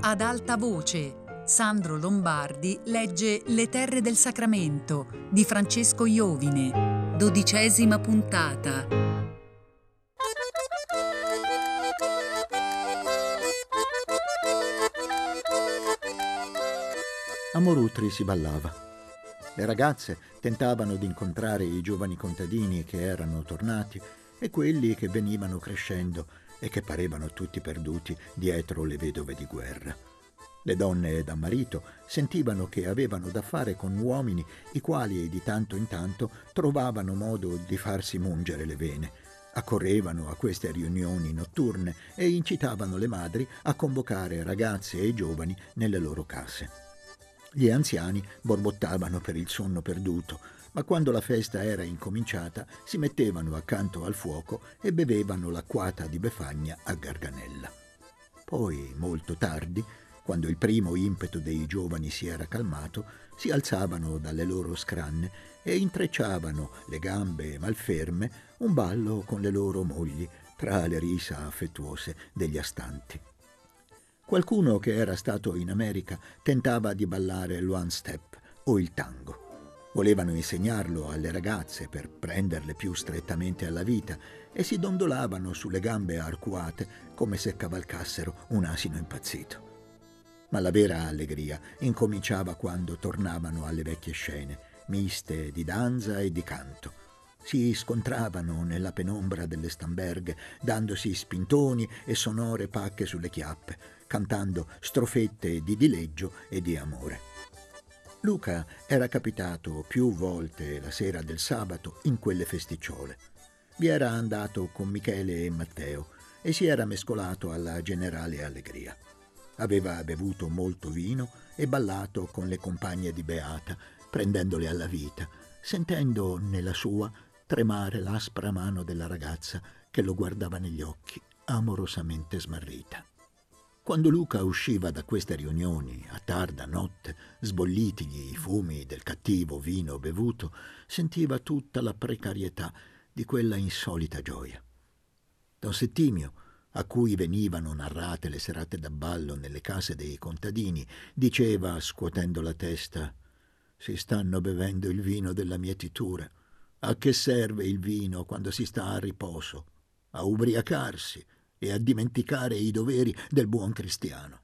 ad alta voce. Sandro Lombardi legge Le terre del Sacramento di Francesco Iovine. 12ª puntata. A Morutri si ballava. Le ragazze tentavano di incontrare i giovani contadini che erano tornati e quelli che venivano crescendo e che parevano tutti perduti dietro le vedove di guerra. Le donne da marito sentivano che avevano da fare con uomini i quali di tanto in tanto trovavano modo di farsi mungere le vene. Accorrevano a queste riunioni notturne e incitavano le madri a convocare ragazze e giovani nelle loro case. Gli anziani borbottavano per il sonno perduto, ma quando la festa era incominciata si mettevano accanto al fuoco e bevevano l'acquata di Befagna a garganella. Poi, molto tardi, quando il primo impeto dei giovani si era calmato, si alzavano dalle loro scranne e intrecciavano le gambe malferme un ballo con le loro mogli tra le risa affettuose degli astanti. Qualcuno che era stato in America tentava di ballare l'one step o il tango. Volevano insegnarlo alle ragazze per prenderle più strettamente alla vita e si dondolavano sulle gambe arcuate come se cavalcassero un asino impazzito. Ma la vera allegria incominciava quando tornavano alle vecchie scene, miste di danza e di canto. Si scontravano nella penombra delle stamberghe, dandosi spintoni e sonore pacche sulle chiappe, cantando strofette di dileggio e di amore. Luca era capitato più volte la sera del sabato in quelle festicciole. Vi era andato con Michele e Matteo e si era mescolato alla generale allegria. Aveva bevuto molto vino e ballato con le compagne di Beata, prendendole alla vita, sentendo nella sua tremare l'aspra mano della ragazza che lo guardava negli occhi, amorosamente smarrita. Quando Luca usciva da queste riunioni a tarda notte, sbollitigli i fumi del cattivo vino bevuto, sentiva tutta la precarietà di quella insolita gioia. Don Settimio, a cui venivano narrate le serate da ballo nelle case dei contadini, diceva, scuotendo la testa: «Si stanno bevendo il vino della mietitura. A che serve il vino quando si sta a riposo? A ubriacarsi e a dimenticare i doveri del buon cristiano».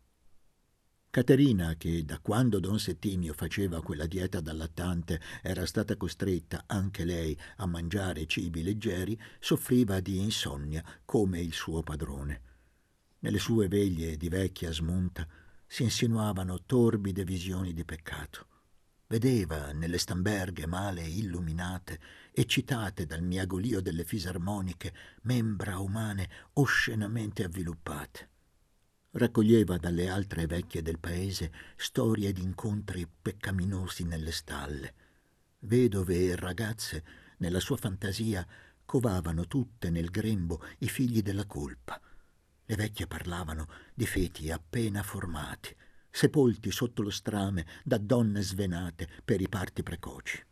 Caterina, che da quando don Settimio faceva quella dieta da lattante era stata costretta anche lei a mangiare cibi leggeri, soffriva di insonnia come il suo padrone. Nelle sue veglie di vecchia smunta si insinuavano torbide visioni di peccato. Vedeva nelle stamberghe male illuminate, eccitate dal miagolio delle fisarmoniche, membra umane oscenamente avviluppate. Raccoglieva dalle altre vecchie del paese storie di incontri peccaminosi nelle stalle. Vedove e ragazze, nella sua fantasia, covavano tutte nel grembo i figli della colpa. Le vecchie parlavano di feti appena formati, sepolti sotto lo strame da donne svenate per i parti precoci.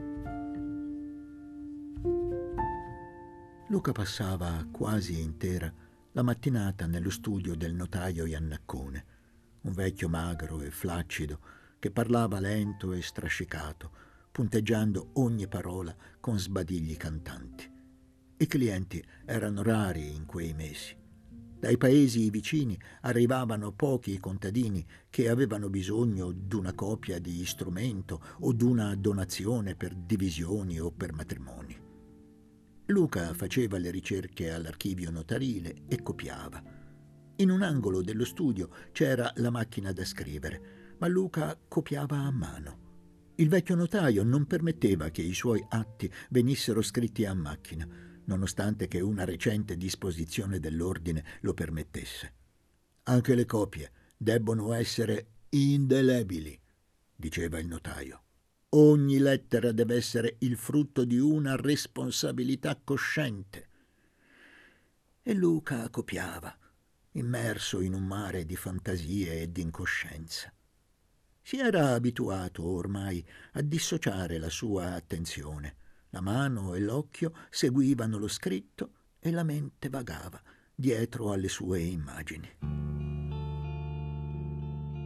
Luca passava quasi intera la mattinata nello studio del notaio Iannaccone, un vecchio magro e flaccido che parlava lento e strascicato, punteggiando ogni parola con sbadigli cantanti. I clienti erano rari in quei mesi. Dai paesi vicini arrivavano pochi contadini che avevano bisogno d'una copia di strumento o d'una donazione per divisioni o per matrimoni. Luca faceva le ricerche all'archivio notarile e copiava. In un angolo dello studio c'era la macchina da scrivere, ma Luca copiava a mano. Il vecchio notaio non permetteva che i suoi atti venissero scritti a macchina, nonostante che una recente disposizione dell'ordine lo permettesse. «Anche le copie debbono essere indelebili», diceva il notaio. «Ogni lettera deve essere il frutto di una responsabilità cosciente». E Luca copiava, immerso in un mare di fantasie e di incoscienza. Si era abituato ormai a dissociare la sua attenzione. La mano e l'occhio seguivano lo scritto e la mente vagava dietro alle sue immagini.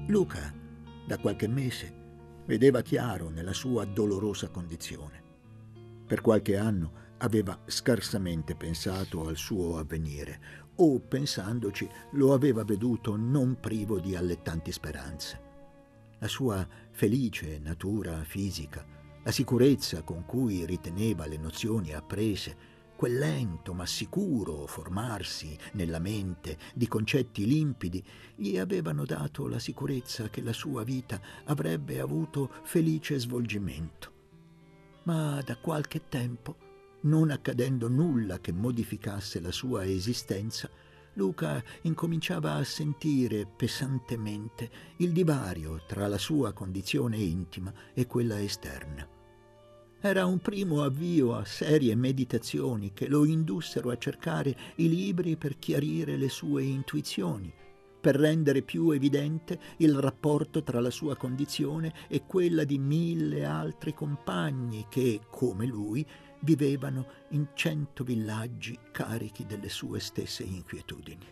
Luca, da qualche mese, vedeva chiaro nella sua dolorosa condizione. Per qualche anno aveva scarsamente pensato al suo avvenire, o pensandoci lo aveva veduto non privo di allettanti speranze. La sua felice natura fisica, la sicurezza con cui riteneva le nozioni apprese, quel lento ma sicuro formarsi nella mente di concetti limpidi, gli avevano dato la sicurezza che la sua vita avrebbe avuto felice svolgimento. Ma da qualche tempo, non accadendo nulla che modificasse la sua esistenza, Luca incominciava a sentire pesantemente il divario tra la sua condizione intima e quella esterna. Era un primo avvio a serie meditazioni che lo indussero a cercare i libri per chiarire le sue intuizioni, per rendere più evidente il rapporto tra la sua condizione e quella di 1000 altri compagni che, come lui, vivevano in 100 villaggi carichi delle sue stesse inquietudini.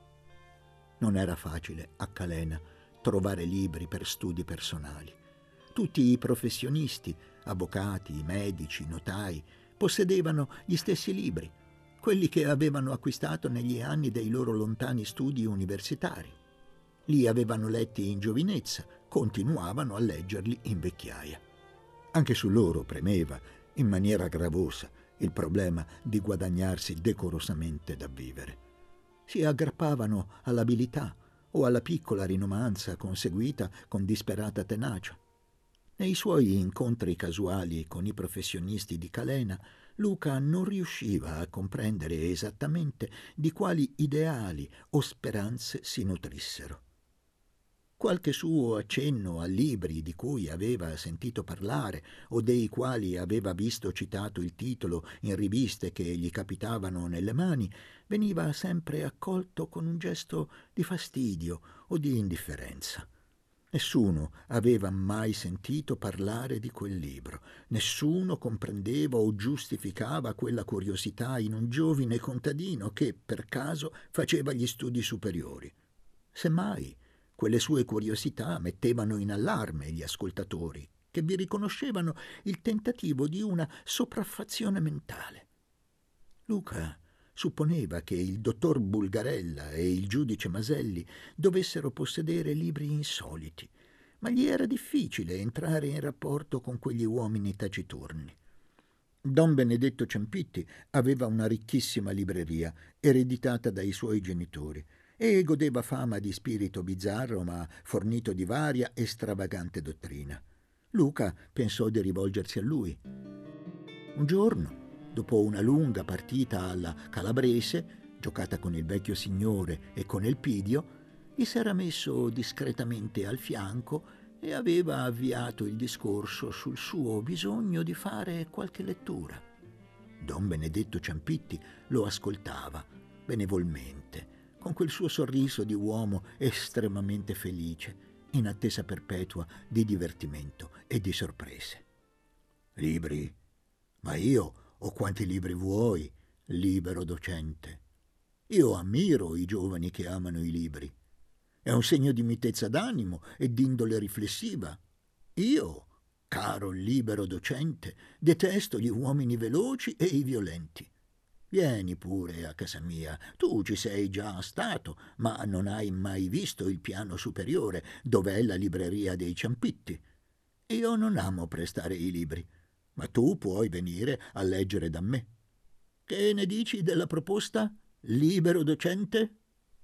Non era facile a Calena trovare libri per studi personali. Tutti i professionisti, avvocati, medici, notai, possedevano gli stessi libri, quelli che avevano acquistato negli anni dei loro lontani studi universitari. Li avevano letti in giovinezza, continuavano a leggerli in vecchiaia. Anche su loro premeva, in maniera gravosa, il problema di guadagnarsi decorosamente da vivere. Si aggrappavano all'abilità o alla piccola rinomanza conseguita con disperata tenacia. Nei suoi incontri casuali con i professionisti di Calena, Luca non riusciva a comprendere esattamente di quali ideali o speranze si nutrissero. Qualche suo accenno a libri di cui aveva sentito parlare o dei quali aveva visto citato il titolo in riviste che gli capitavano nelle mani veniva sempre accolto con un gesto di fastidio o di indifferenza. Nessuno aveva mai sentito parlare di quel libro, nessuno comprendeva o giustificava quella curiosità in un giovine contadino che, per caso, faceva gli studi superiori. Semmai, quelle sue curiosità mettevano in allarme gli ascoltatori, che vi riconoscevano il tentativo di una sopraffazione mentale. Luca supponeva che il dottor Bulgarella e il giudice Maselli dovessero possedere libri insoliti, ma gli era difficile entrare in rapporto con quegli uomini taciturni. Don Benedetto Ciampitti aveva una ricchissima libreria, ereditata dai suoi genitori, e godeva fama di spirito bizzarro ma fornito di varia e stravagante dottrina. Luca pensò di rivolgersi a lui. Un giorno, dopo una lunga partita alla calabrese, giocata con il vecchio signore e con Elpidio, gli s'era messo discretamente al fianco e aveva avviato il discorso sul suo bisogno di fare qualche lettura. Don Benedetto Ciampitti lo ascoltava benevolmente, con quel suo sorriso di uomo estremamente felice, in attesa perpetua di divertimento e di sorprese. «Libri? Ma io ho quanti libri vuoi, libero docente. Io ammiro i giovani che amano i libri. È un segno di mitezza d'animo e d'indole riflessiva. Io, caro libero docente, detesto gli uomini veloci e i violenti. Vieni pure a casa mia, tu ci sei già stato, ma non hai mai visto il piano superiore, dov'è la libreria dei Ciampitti. Io non amo prestare i libri, ma tu puoi venire a leggere da me. Che ne dici della proposta, libero docente?»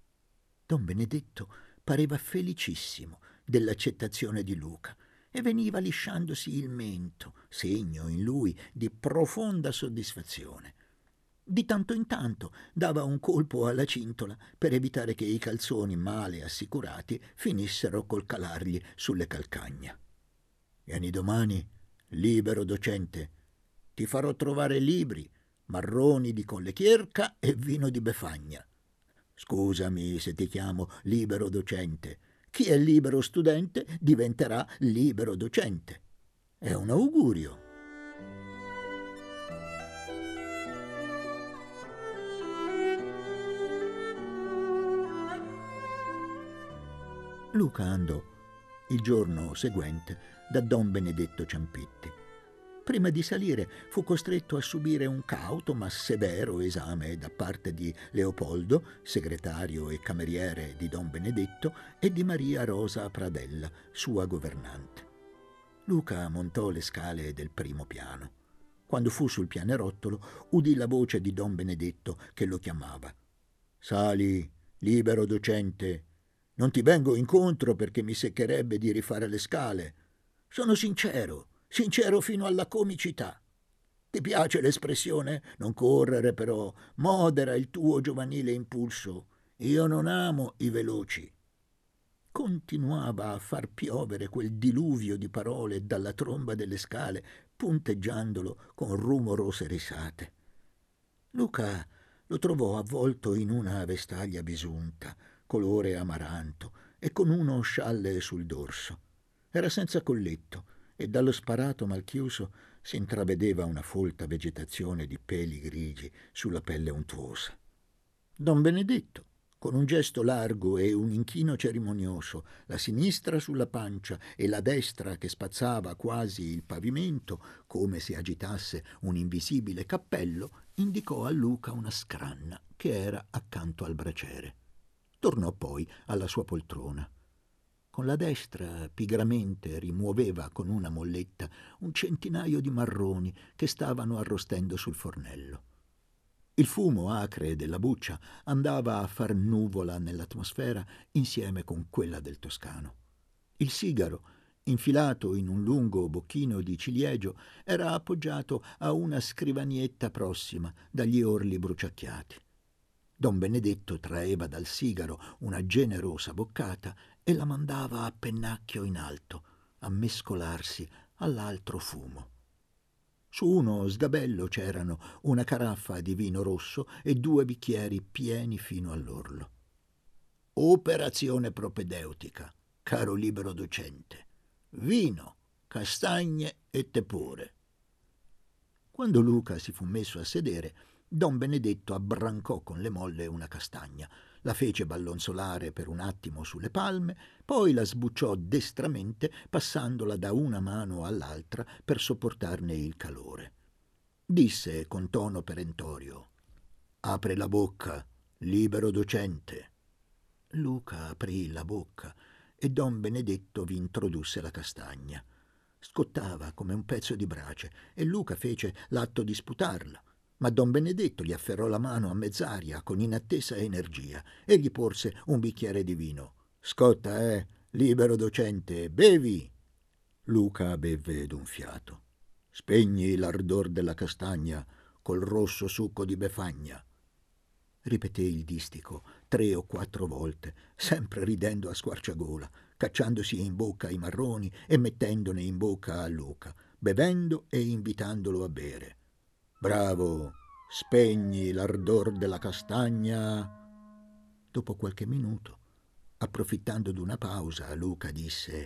Don Benedetto pareva felicissimo dell'accettazione di Luca e veniva lisciandosi il mento, segno in lui di profonda soddisfazione. Di tanto in tanto dava un colpo alla cintola per evitare che i calzoni male assicurati finissero col calargli sulle calcagna. «Vieni domani, libero docente. Ti farò trovare libri, marroni di Colle Chierca e vino di Befagna. Scusami se ti chiamo libero docente. Chi è libero studente diventerà libero docente. È un augurio». Luca andò il giorno seguente da don Benedetto Ciampitti. Prima di salire fu costretto a subire un cauto ma severo esame da parte di Leopoldo, segretario e cameriere di don Benedetto, e di Maria Rosa Pradella, sua governante. Luca montò le scale del primo piano. Quando fu sul pianerottolo, udì la voce di don Benedetto che lo chiamava. «Sali, libero docente. Non ti vengo incontro perché mi seccherebbe di rifare le scale. Sono sincero fino alla comicità. Ti piace l'espressione? Non correre però, modera il tuo giovanile impulso. Io non amo i veloci». Continuava a far piovere quel diluvio di parole dalla tromba delle scale, punteggiandolo con rumorose risate. Luca lo trovò avvolto in una vestaglia bisunta, colore amaranto, e con uno scialle sul dorso. Era senza colletto e dallo sparato mal chiuso si intravedeva una folta vegetazione di peli grigi sulla pelle untuosa. Don Benedetto, con un gesto largo e un inchino cerimonioso, la sinistra sulla pancia e la destra che spazzava quasi il pavimento, come se agitasse un invisibile cappello, indicò a Luca una scranna che era accanto al braciere. Tornò poi alla sua poltrona. Con la destra pigramente rimuoveva con una molletta un centinaio di marroni che stavano arrostendo sul fornello. Il fumo acre della buccia andava a far nuvola nell'atmosfera insieme con quella del toscano. Il sigaro, infilato in un lungo bocchino di ciliegio, era appoggiato a una scrivanietta prossima dagli orli bruciacchiati. Don Benedetto traeva dal sigaro una generosa boccata e la mandava a pennacchio in alto, a mescolarsi all'altro fumo. Su uno sgabello c'erano una caraffa di vino rosso e 2 bicchieri pieni fino all'orlo. Operazione propedeutica, caro libero docente. Vino, castagne e tepore. Quando Luca si fu messo a sedere, don Benedetto abbrancò con le molle una castagna, la fece ballonzolare per un attimo sulle palme, poi la sbucciò destramente passandola da una mano all'altra per sopportarne il calore. Disse con tono perentorio: «Apre la bocca, libero docente». Luca aprì la bocca e don Benedetto vi introdusse la castagna. Scottava come un pezzo di brace e Luca fece l'atto di sputarla. Ma don Benedetto gli afferrò la mano a mezz'aria con inattesa energia e gli porse un bicchiere di vino. «Scotta, libero docente, bevi!» Luca bevve d'un fiato. «Spegni l'ardor della castagna col rosso succo di befagna», ripeté il distico 3 o 4 volte, sempre ridendo a squarciagola, cacciandosi in bocca i marroni e mettendone in bocca a Luca, bevendo e invitandolo a bere. «Bravo, spegni l'ardor della castagna». Dopo qualche minuto, approfittando d'una pausa, Luca disse: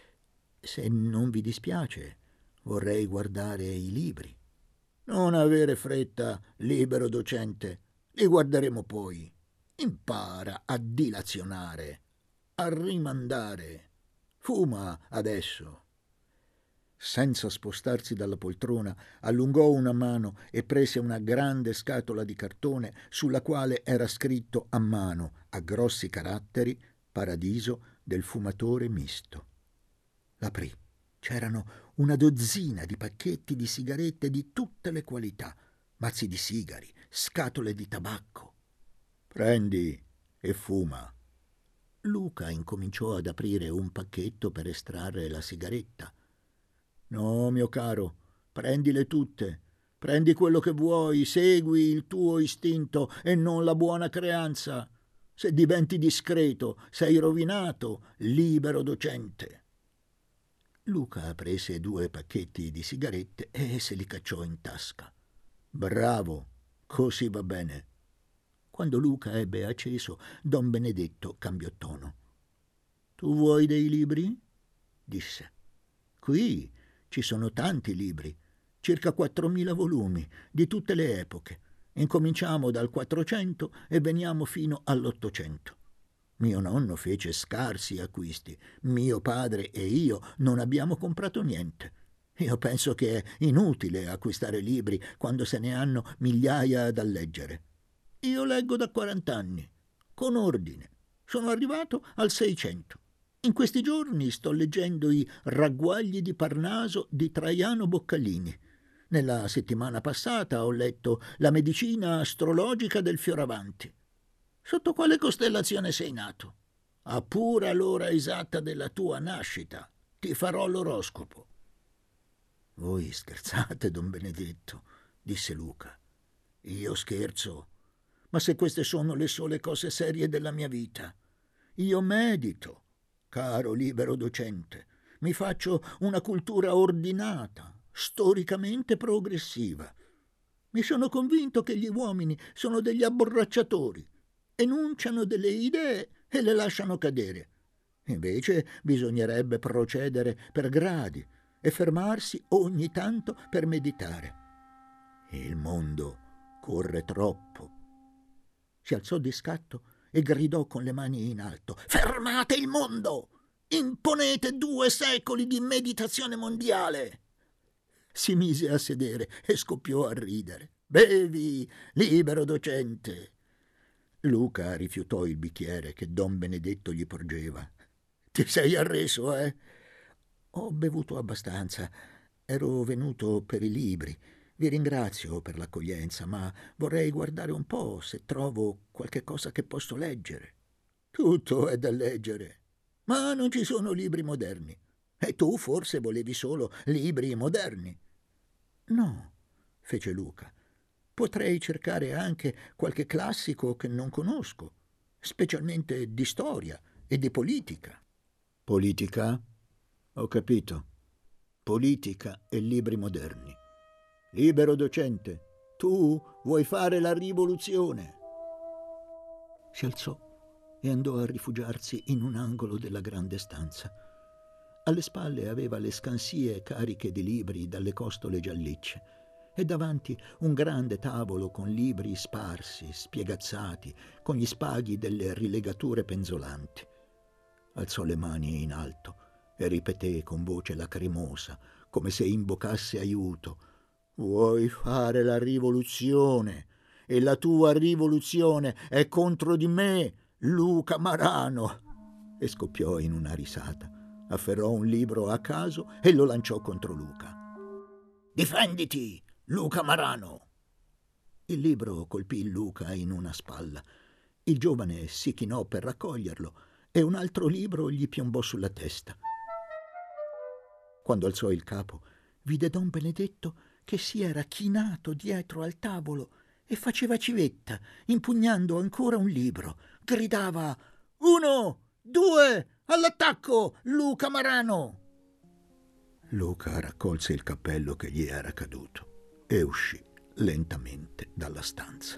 «Se non vi dispiace, vorrei guardare i libri». «Non avere fretta, libero docente, li guarderemo poi. Impara a dilazionare, a rimandare. Fuma adesso». Senza spostarsi dalla poltrona, allungò una mano e prese una grande scatola di cartone sulla quale era scritto a mano, a grossi caratteri, «Paradiso del fumatore misto». L'aprì. C'erano una dozzina di pacchetti di sigarette di tutte le qualità, mazzi di sigari, scatole di tabacco. «Prendi e fuma». Luca incominciò ad aprire un pacchetto per estrarre la sigaretta. «No, mio caro, prendile tutte. Prendi quello che vuoi, segui il tuo istinto e non la buona creanza. Se diventi discreto, sei rovinato, libero docente». Luca prese 2 pacchetti di sigarette e se li cacciò in tasca. «Bravo, così va bene». Quando Luca ebbe acceso, don Benedetto cambiò tono. «Tu vuoi dei libri?» disse. «Qui ci sono tanti libri, circa 4.000 volumi, di tutte le epoche. Incominciamo dal 400 e veniamo fino all'800. Mio nonno fece scarsi acquisti. Mio padre e io non abbiamo comprato niente. Io penso che è inutile acquistare libri quando se ne hanno migliaia da leggere. Io leggo da 40 anni, con ordine. Sono arrivato al 600. In questi giorni sto leggendo i Ragguagli di Parnaso di Traiano Boccalini. Nella settimana passata ho letto La medicina astrologica del Fioravanti. Sotto quale costellazione sei nato? A pura l'ora esatta della tua nascita ti farò l'oroscopo. Voi scherzate, don Benedetto, disse Luca. Io scherzo? Ma se queste sono le sole cose serie della mia vita. Io medito, caro libero docente, mi faccio una cultura ordinata, storicamente progressiva. Mi sono convinto che gli uomini sono degli abborracciatori, enunciano delle idee e le lasciano cadere. Invece bisognerebbe procedere per gradi e fermarsi ogni tanto per meditare. Il mondo corre troppo. Si alzò di scatto e gridò con le mani in alto: «Fermate il mondo! Imponete 2 secoli di meditazione mondiale!» Si mise a sedere e scoppiò a ridere. «Bevi, libero docente!» Luca rifiutò il bicchiere che don Benedetto gli porgeva. «Ti sei arreso, eh?» «Ho bevuto abbastanza. Ero venuto per i libri. Vi ringrazio per l'accoglienza, ma vorrei guardare un po' se trovo qualche cosa che posso leggere». «Tutto è da leggere, ma non ci sono libri moderni. E tu forse volevi solo libri moderni». «No», fece Luca. «Potrei cercare anche qualche classico che non conosco, specialmente di storia e di politica». «Politica? Ho capito. Politica e libri moderni. Libero docente, tu vuoi fare la rivoluzione». Si alzò e andò a rifugiarsi in un angolo della grande stanza. Alle spalle aveva le scansie cariche di libri dalle costole giallicce e davanti un grande tavolo con libri sparsi, spiegazzati, con gli spaghi delle rilegature penzolanti. Alzò le mani in alto e ripeté con voce lacrimosa, come se invocasse aiuto: «Vuoi fare la rivoluzione e la tua rivoluzione è contro di me, Luca Marano!» E scoppiò in una risata. Afferrò un libro a caso e lo lanciò contro Luca. «Difenditi, Luca Marano!» Il libro colpì Luca in una spalla. Il giovane si chinò per raccoglierlo e un altro libro gli piombò sulla testa. Quando alzò il capo, vide don Benedetto che si era chinato dietro al tavolo e faceva civetta, impugnando ancora un libro. Gridava: «1, 2, all'attacco, Luca Marano!» Luca raccolse il cappello che gli era caduto e uscì lentamente dalla stanza.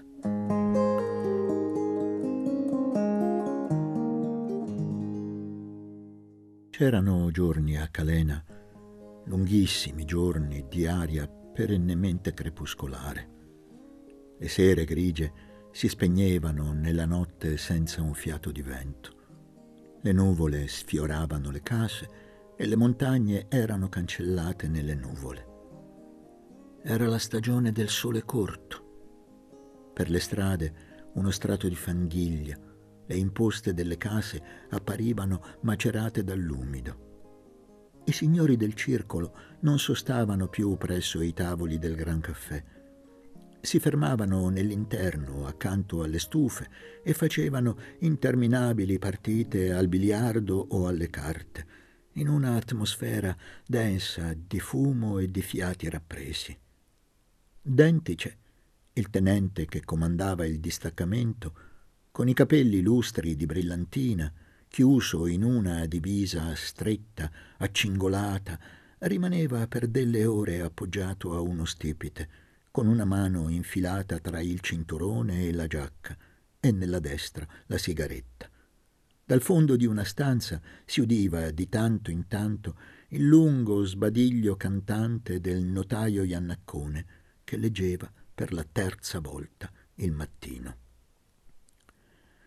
C'erano giorni a Calena, lunghissimi giorni di aria perennemente crepuscolare. Le sere grigie si spegnevano nella notte senza un fiato di vento. Le nuvole sfioravano le case e le montagne erano cancellate nelle nuvole. Era la stagione del sole corto. Per le strade uno strato di fanghiglia, le imposte delle case apparivano macerate dall'umido. I signori del circolo non sostavano più presso i tavoli del gran caffè. Si fermavano nell'interno, accanto alle stufe, e facevano interminabili partite al biliardo o alle carte, in una atmosfera densa di fumo e di fiati rappresi. Dentice, il tenente che comandava il distaccamento, con i capelli lustri di brillantina, chiuso in una divisa stretta, accingolata, rimaneva per delle ore appoggiato a uno stipite, con una mano infilata tra il cinturone e la giacca, e nella destra la sigaretta. Dal fondo di una stanza si udiva di tanto in tanto il lungo sbadiglio cantante del notaio Iannaccone, che leggeva per la 3ª volta il mattino.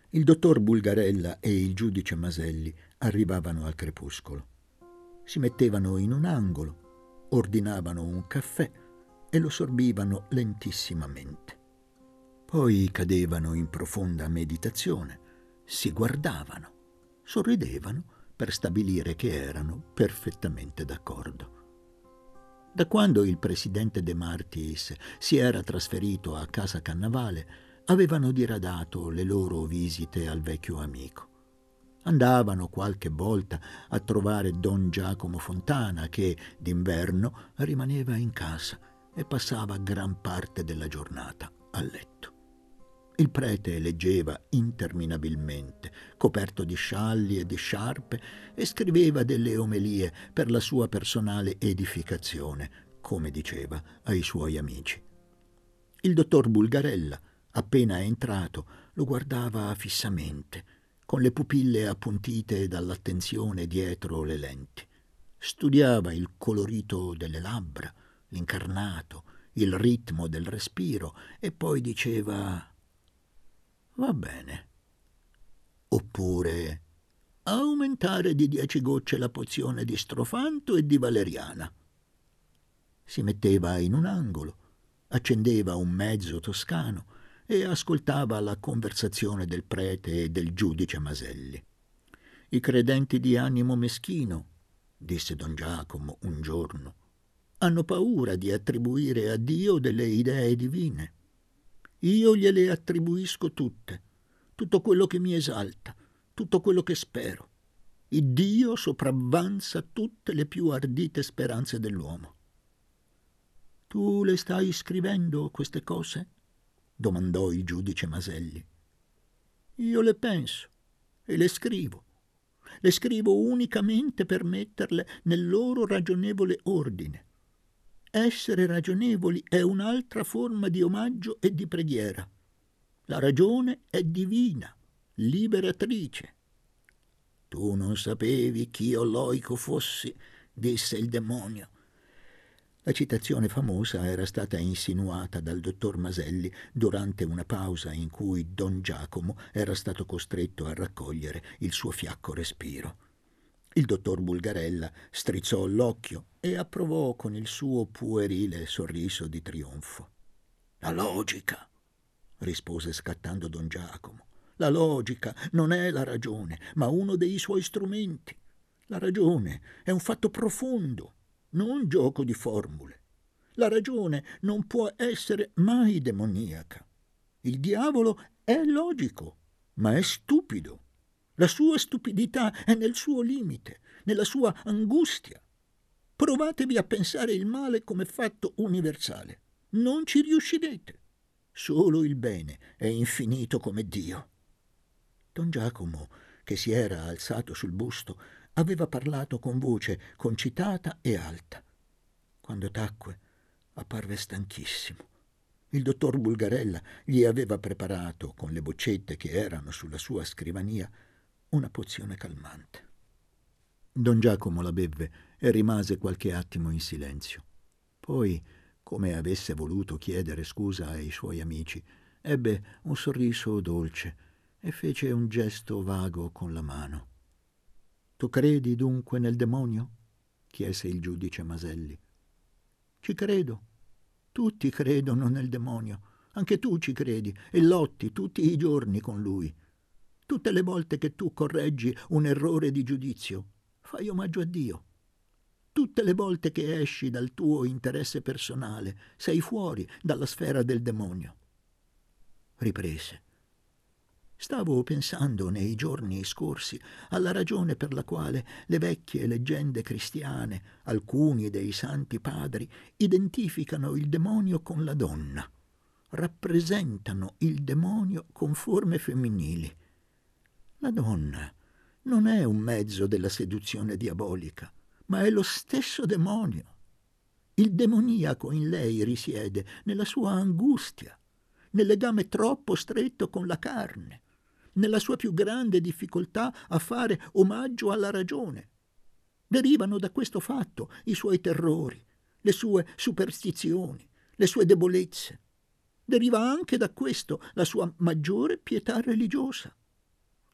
Il dottor Bulgarella e il giudice Maselli arrivavano al crepuscolo. Si mettevano in un angolo, ordinavano un caffè e lo sorbivano lentissimamente. Poi cadevano in profonda meditazione, si guardavano, sorridevano per stabilire che erano perfettamente d'accordo. Da quando il presidente De Martis si era trasferito a Casa Cannavale, avevano diradato le loro visite al vecchio amico. Andavano qualche volta a trovare don Giacomo Fontana, che d'inverno rimaneva in casa e passava gran parte della giornata a letto. Il prete leggeva interminabilmente, coperto di scialli e di sciarpe, e scriveva delle omelie per la sua personale edificazione, come diceva ai suoi amici. Il dottor Bulgarella, appena entrato, lo guardava fissamente, con le pupille appuntite dall'attenzione dietro le lenti. Studiava il colorito delle labbra, l'incarnato, il ritmo del respiro e poi diceva: «Va bene». Oppure: «Aumentare di 10 gocce la pozione di Strofanto e di valeriana». Si metteva in un angolo, accendeva un mezzo toscano e ascoltava la conversazione del prete e del giudice Maselli. «I credenti di animo meschino», disse don Giacomo un giorno, «hanno paura di attribuire a Dio delle idee divine. Io gliele attribuisco tutte, tutto quello che mi esalta, tutto quello che spero. Il Dio sopravvanza tutte le più ardite speranze dell'uomo». «Tu le stai scrivendo queste cose?» domandò il giudice Maselli. «Io le penso e le scrivo. Le scrivo unicamente per metterle nel loro ragionevole ordine. Essere ragionevoli è un'altra forma di omaggio e di preghiera. La ragione è divina, liberatrice». «Tu non sapevi ch'io loico fossi», disse il demonio. La citazione famosa era stata insinuata dal dottor Maselli durante una pausa in cui don Giacomo era stato costretto a raccogliere il suo fiacco respiro. Il dottor Bulgarella strizzò l'occhio e approvò con il suo puerile sorriso di trionfo. «La logica», rispose scattando don Giacomo. «La logica non è la ragione, ma uno dei suoi strumenti. La ragione è un fatto profondo, non gioco di formule. La ragione non può essere mai demoniaca. Il diavolo è logico, ma è stupido. La sua stupidità è nel suo limite, nella sua angustia. Provatevi a pensare il male come fatto universale. Non ci riuscirete. Solo il bene è infinito come Dio». Don Giacomo, che si era alzato sul busto, aveva parlato con voce concitata e alta. Quando tacque, apparve stanchissimo. Il dottor Bulgarella gli aveva preparato, con le boccette che erano sulla sua scrivania, una pozione calmante. Don Giacomo la bevve e rimase qualche attimo in silenzio. Poi, come avesse voluto chiedere scusa ai suoi amici, ebbe un sorriso dolce e fece un gesto vago con la mano. «Tu credi dunque nel demonio?» chiese il giudice Maselli. «Ci credo. Tutti credono nel demonio. Anche tu ci credi e lotti tutti i giorni con lui. Tutte le volte che tu correggi un errore di giudizio, fai omaggio a Dio. Tutte le volte che esci dal tuo interesse personale, sei fuori dalla sfera del demonio». Riprese. «Stavo pensando nei giorni scorsi alla ragione per la quale le vecchie leggende cristiane, alcuni dei santi padri, identificano il demonio con la donna, rappresentano il demonio con forme femminili. La donna non è un mezzo della seduzione diabolica, ma è lo stesso demonio. Il demoniaco in lei risiede nella sua angustia, nel legame troppo stretto con la carne, nella sua più grande difficoltà a fare omaggio alla ragione. Derivano da questo fatto i suoi terrori, le sue superstizioni, le sue debolezze. Deriva anche da questo la sua maggiore pietà religiosa.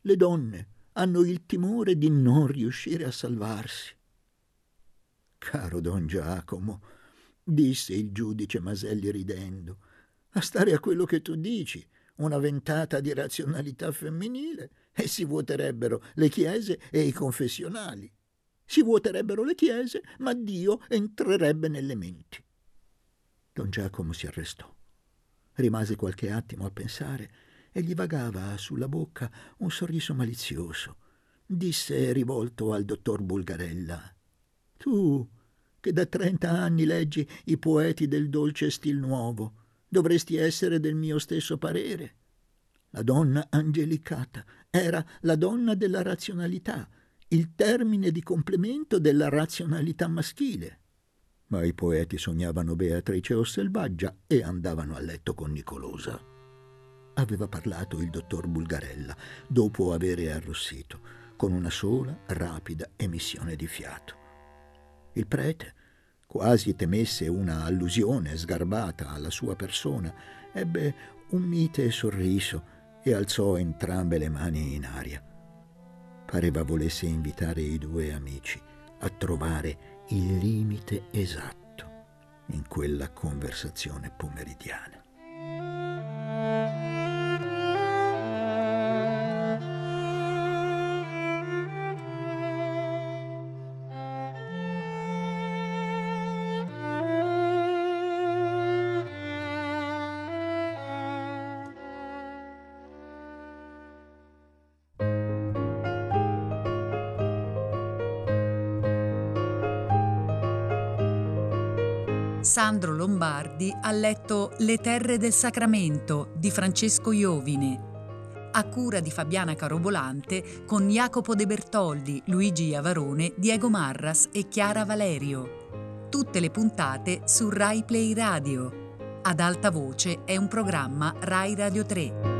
Le donne hanno il timore di non riuscire a salvarsi. Caro Don Giacomo, disse il giudice Maselli ridendo, a stare a quello che tu dici, una ventata di razionalità femminile e si vuoterebbero le chiese e i confessionali. Si vuoterebbero le chiese, ma Dio entrerebbe nelle menti. Don Giacomo si arrestò. Rimase qualche attimo a pensare e gli vagava sulla bocca un sorriso malizioso. Disse rivolto al dottor Bulgarella: «Tu, che da 30 anni leggi i poeti del dolce stil nuovo, dovresti essere del mio stesso parere. La donna angelicata era la donna della razionalità, il termine di complemento della razionalità maschile». Ma i poeti sognavano Beatrice o Selvaggia e andavano a letto con Nicolosa. Aveva parlato il dottor Bulgarella dopo avere arrossito, con una sola rapida emissione di fiato. Il prete, quasi temesse una allusione sgarbata alla sua persona, ebbe un mite sorriso e alzò entrambe le mani in aria. Pareva volesse invitare i due amici a trovare il limite esatto in quella conversazione pomeridiana. Sandro Lombardi ha letto Le terre del Sacramento di Francesco Iovine, a cura di Fabiana Carobolante, con Jacopo De Bertoldi, Luigi Iavarone, Diego Marras e Chiara Valerio. Tutte le puntate su Rai Play Radio. Ad alta voce è un programma Rai Radio 3.